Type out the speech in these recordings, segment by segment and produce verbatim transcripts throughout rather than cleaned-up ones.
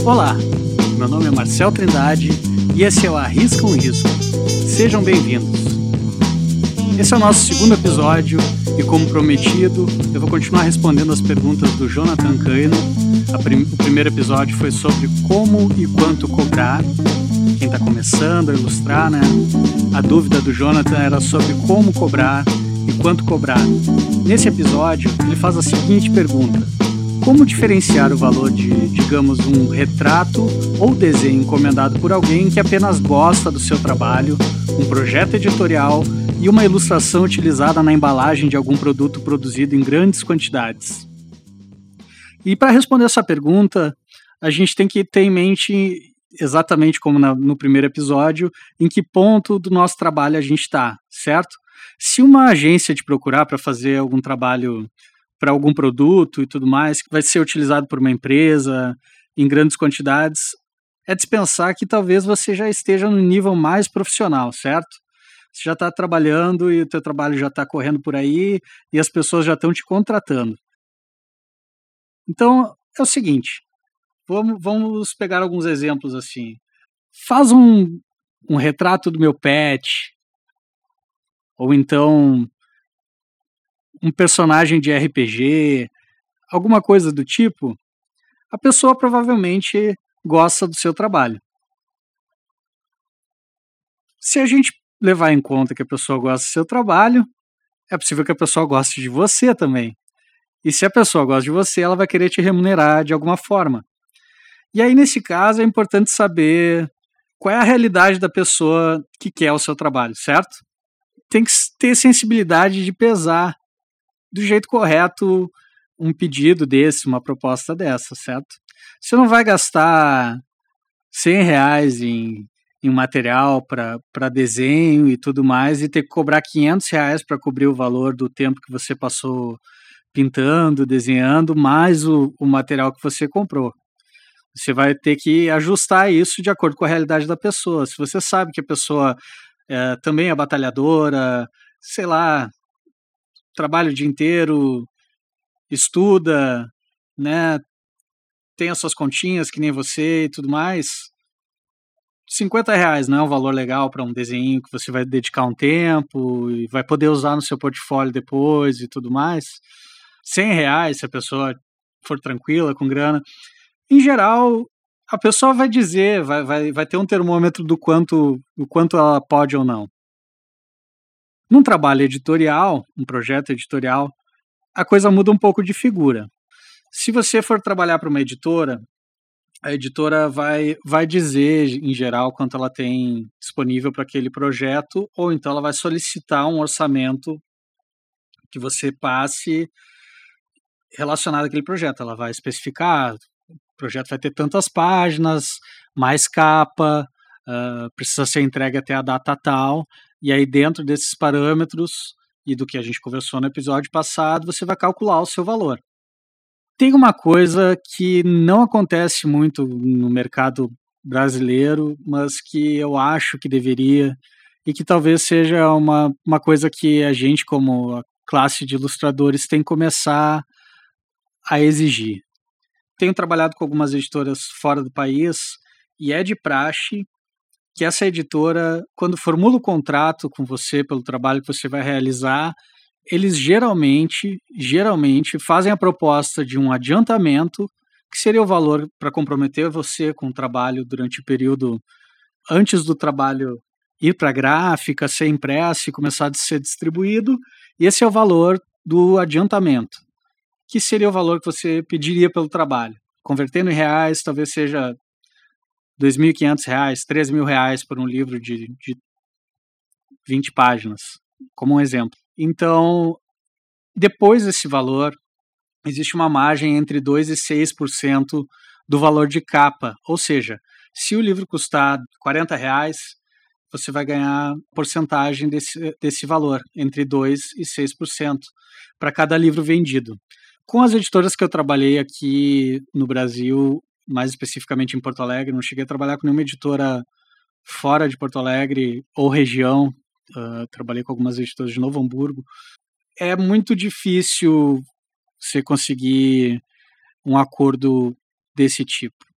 Olá, meu nome é Marcel Trindade e esse é o Arrisca um Risco. Sejam bem-vindos. Esse é o nosso segundo episódio e, como prometido, eu vou continuar respondendo as perguntas do Jonathan Caino. Prim- o primeiro episódio foi sobre como e quanto cobrar. Quem está começando a ilustrar, né? A dúvida do Jonathan era sobre como cobrar e quanto cobrar. Nesse episódio, ele faz a seguinte pergunta: como diferenciar o valor de, digamos, um retrato ou desenho encomendado por alguém que apenas gosta do seu trabalho, um projeto editorial e uma ilustração utilizada na embalagem de algum produto produzido em grandes quantidades? E para responder essa pergunta, a gente tem que ter em mente, exatamente como na, no primeiro episódio, em que ponto do nosso trabalho a gente está, certo? Se uma agência te procurar para fazer algum trabalho para algum produto e tudo mais, que vai ser utilizado por uma empresa em grandes quantidades, é de se pensar que talvez você já esteja no nível mais profissional, certo? Você já está trabalhando e o teu trabalho já está correndo por aí e as pessoas já estão te contratando. Então, é o seguinte, vamos, vamos pegar alguns exemplos assim. Faz um, um retrato do meu pet, ou então um personagem de R P G, alguma coisa do tipo. A pessoa provavelmente gosta do seu trabalho. Se a gente levar em conta que a pessoa gosta do seu trabalho, é possível que a pessoa goste de você também. E se a pessoa gosta de você, ela vai querer te remunerar de alguma forma. E aí, nesse caso, é importante saber qual é a realidade da pessoa que quer o seu trabalho, certo? Tem que ter sensibilidade de pesar do jeito correto um pedido desse, uma proposta dessa, certo? Você não vai gastar cem reais em, em material para desenho e tudo mais e ter que cobrar quinhentos reais para cobrir o valor do tempo que você passou pintando, desenhando, mais o, o material que você comprou. Você vai ter que ajustar isso de acordo com a realidade da pessoa. Se você sabe que a pessoa é, também é batalhadora, sei lá, trabalha o dia inteiro, estuda, né, tem as suas continhas que nem você e tudo mais, cinquenta reais não é um valor legal para um desenho que você vai dedicar um tempo e vai poder usar no seu portfólio depois e tudo mais. cem reais, se a pessoa for tranquila, com grana. Em geral, a pessoa vai dizer, vai, vai, vai ter um termômetro do quanto, do quanto ela pode ou não. Num trabalho editorial, um projeto editorial, a coisa muda um pouco de figura. Se você for trabalhar para uma editora, a editora vai, vai dizer, em geral, quanto ela tem disponível para aquele projeto, ou então ela vai solicitar um orçamento que você passe relacionado àquele projeto. Ela vai especificar, o projeto vai ter tantas páginas, mais capa, uh, precisa ser entregue até a data tal, e aí dentro desses parâmetros e do que a gente conversou no episódio passado, você vai calcular o seu valor. Tem uma coisa que não acontece muito no mercado brasileiro, mas que eu acho que deveria, e que talvez seja uma, uma coisa que a gente, como a classe de ilustradores, tem que começar a exigir. Tenho trabalhado com algumas editoras fora do país, e é de praxe que essa editora, quando formula o contrato com você pelo trabalho que você vai realizar, eles geralmente, geralmente fazem a proposta de um adiantamento, que seria o valor para comprometer você com o trabalho durante o período antes do trabalho ir para a gráfica, ser impresso e começar a ser distribuído, e esse é o valor do adiantamento, que seria o valor que você pediria pelo trabalho. Convertendo em reais, talvez seja dois mil e quinhentos reais, três mil reais por um livro de, de vinte páginas, como um exemplo. Então, depois desse valor, existe uma margem entre dois por cento e seis por cento do valor de capa. Ou seja, se o livro custar quarenta reais, você vai ganhar porcentagem desse, desse valor, entre dois por cento e seis por cento, para cada livro vendido. Com as editoras que eu trabalhei aqui no Brasil, mais especificamente em Porto Alegre, não cheguei a trabalhar com nenhuma editora fora de Porto Alegre ou região, uh, trabalhei com algumas editoras de Novo Hamburgo. É muito difícil você conseguir um acordo desse tipo.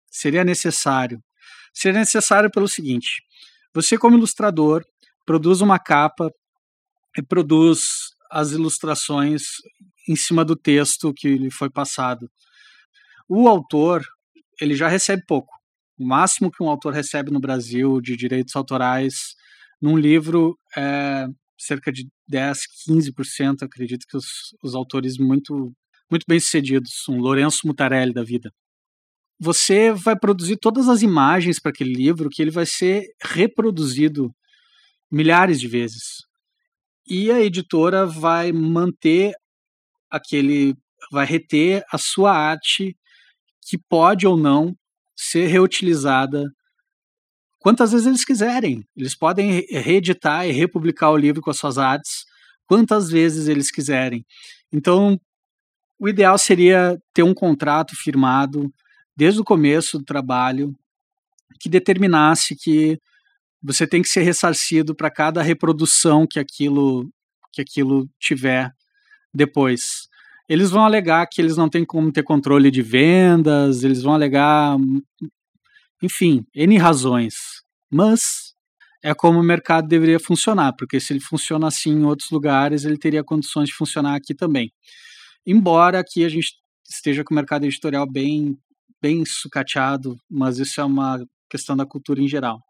Seria necessário. Seria necessário pelo seguinte: você, como ilustrador, produz uma capa e produz as ilustrações em cima do texto que lhe foi passado. O autor, ele já recebe pouco. O máximo que um autor recebe no Brasil de direitos autorais num livro é cerca de dez, quinze por cento, acredito que os, os autores muito, muito bem-sucedidos, um Lourenço Mutarelli da vida. Você vai produzir todas as imagens para aquele livro que ele vai ser reproduzido milhares de vezes. E a editora vai manter aquele, vai reter a sua arte que pode ou não ser reutilizada quantas vezes eles quiserem. Eles podem reeditar e republicar o livro com as suas artes quantas vezes eles quiserem. Então, o ideal seria ter um contrato firmado desde o começo do trabalho que determinasse que você tem que ser ressarcido para cada reprodução que aquilo, que aquilo tiver depois. Eles vão alegar que eles não têm como ter controle de vendas, eles vão alegar, enfim, N razões. Mas é como o mercado deveria funcionar, porque se ele funciona assim em outros lugares, ele teria condições de funcionar aqui também. Embora aqui a gente esteja com o mercado editorial bem, bem sucateado, mas isso é uma questão da cultura em geral.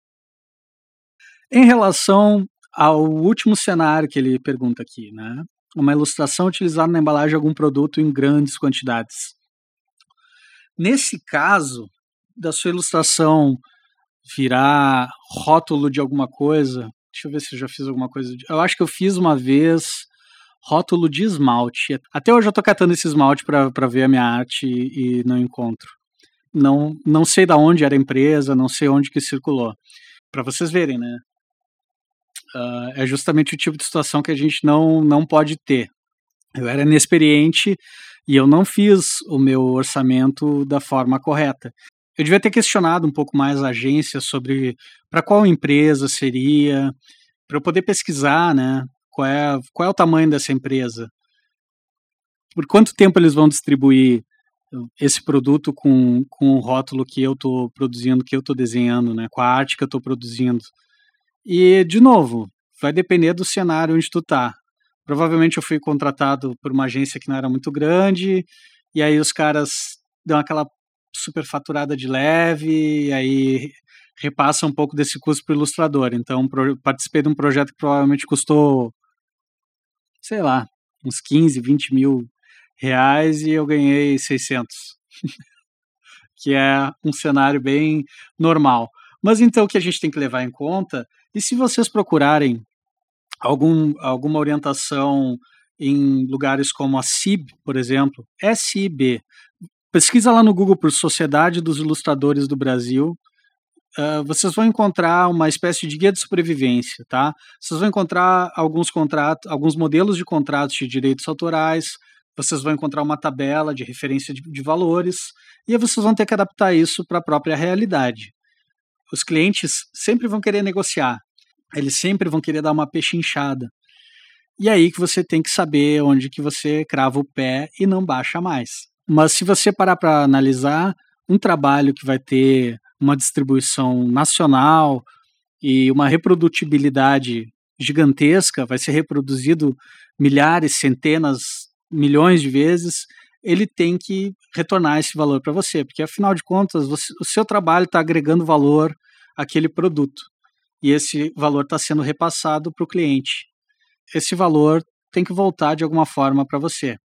Em relação ao último cenário que ele pergunta aqui, né? Uma ilustração utilizada na embalagem de algum produto em grandes quantidades. Nesse caso, da sua ilustração virar rótulo de alguma coisa, deixa eu ver se eu já fiz alguma coisa. De, eu acho que eu fiz uma vez rótulo de esmalte. Até hoje eu estou catando esse esmalte para ver a minha arte e, e não encontro. Não, não sei de onde era a empresa, não sei onde que circulou. Para vocês verem, né? Uh, é justamente o tipo de situação que a gente não, não pode ter. Eu era inexperiente e eu não fiz o meu orçamento da forma correta. Eu devia ter questionado um pouco mais a agência sobre para qual empresa seria, para eu poder pesquisar, né, qual é, qual é o tamanho dessa empresa, por quanto tempo eles vão distribuir esse produto com, com o rótulo que eu estou produzindo, que eu estou desenhando, né, com a arte que eu estou produzindo. E, de novo, vai depender do cenário onde tu tá. Provavelmente eu fui contratado por uma agência que não era muito grande, e aí os caras dão aquela superfaturada de leve, e aí repassa um pouco desse custo para o ilustrador. Então, pro, participei de um projeto que provavelmente custou, sei lá, uns quinze, vinte mil reais, e eu ganhei seiscentos. Que é um cenário bem normal. Mas então o que a gente tem que levar em conta, e se vocês procurarem algum, alguma orientação em lugares como a S I B, por exemplo, S I B, pesquisa lá no Google por Sociedade dos Ilustradores do Brasil, uh, vocês vão encontrar uma espécie de guia de sobrevivência, tá? Vocês vão encontrar alguns contratos, alguns modelos de contratos de direitos autorais, vocês vão encontrar uma tabela de referência de, de valores, e aí vocês vão ter que adaptar isso para a própria realidade. Os clientes sempre vão querer negociar, eles sempre vão querer dar uma pechinchada. E aí que você tem que saber onde que você crava o pé e não baixa mais. Mas se você parar para analisar, um trabalho que vai ter uma distribuição nacional e uma reprodutibilidade gigantesca, vai ser reproduzido milhares, centenas, milhões de vezes, ele tem que retornar esse valor para você, porque afinal de contas, você, o seu trabalho está agregando valor àquele produto, e esse valor está sendo repassado para o cliente. Esse valor tem que voltar de alguma forma para você.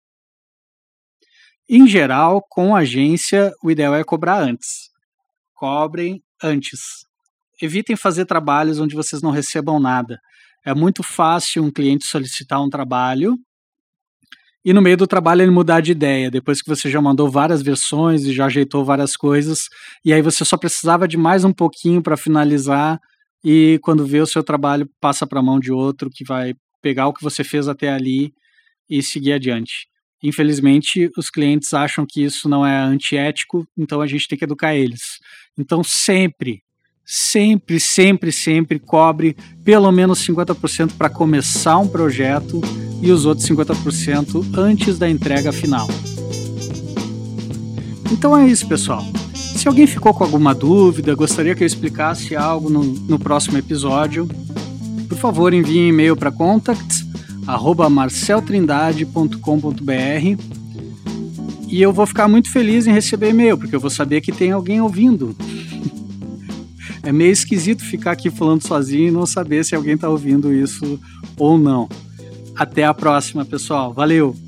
Em geral, com agência, o ideal é cobrar antes. Cobrem antes. Evitem fazer trabalhos onde vocês não recebam nada. É muito fácil um cliente solicitar um trabalho e no meio do trabalho ele mudar de ideia, depois que você já mandou várias versões e já ajeitou várias coisas, e aí você só precisava de mais um pouquinho para finalizar, e quando vê o seu trabalho passa para a mão de outro que vai pegar o que você fez até ali e seguir adiante. Infelizmente, os clientes acham que isso não é antiético, então a gente tem que educar eles. Então sempre, sempre, sempre, sempre cobre pelo menos cinquenta por cento para começar um projeto e os outros cinquenta por cento antes da entrega final. Então é isso, pessoal. se alguém ficou com alguma dúvida, gostaria que eu explicasse algo no, no próximo episódio, por favor, envie um e-mail para contact arroba marcel trindade ponto com ponto b r e eu vou ficar muito feliz em receber e-mail, porque eu vou saber que tem alguém ouvindo. É meio esquisito ficar aqui falando sozinho e não saber se alguém está ouvindo isso ou não. Até a próxima, pessoal. Valeu!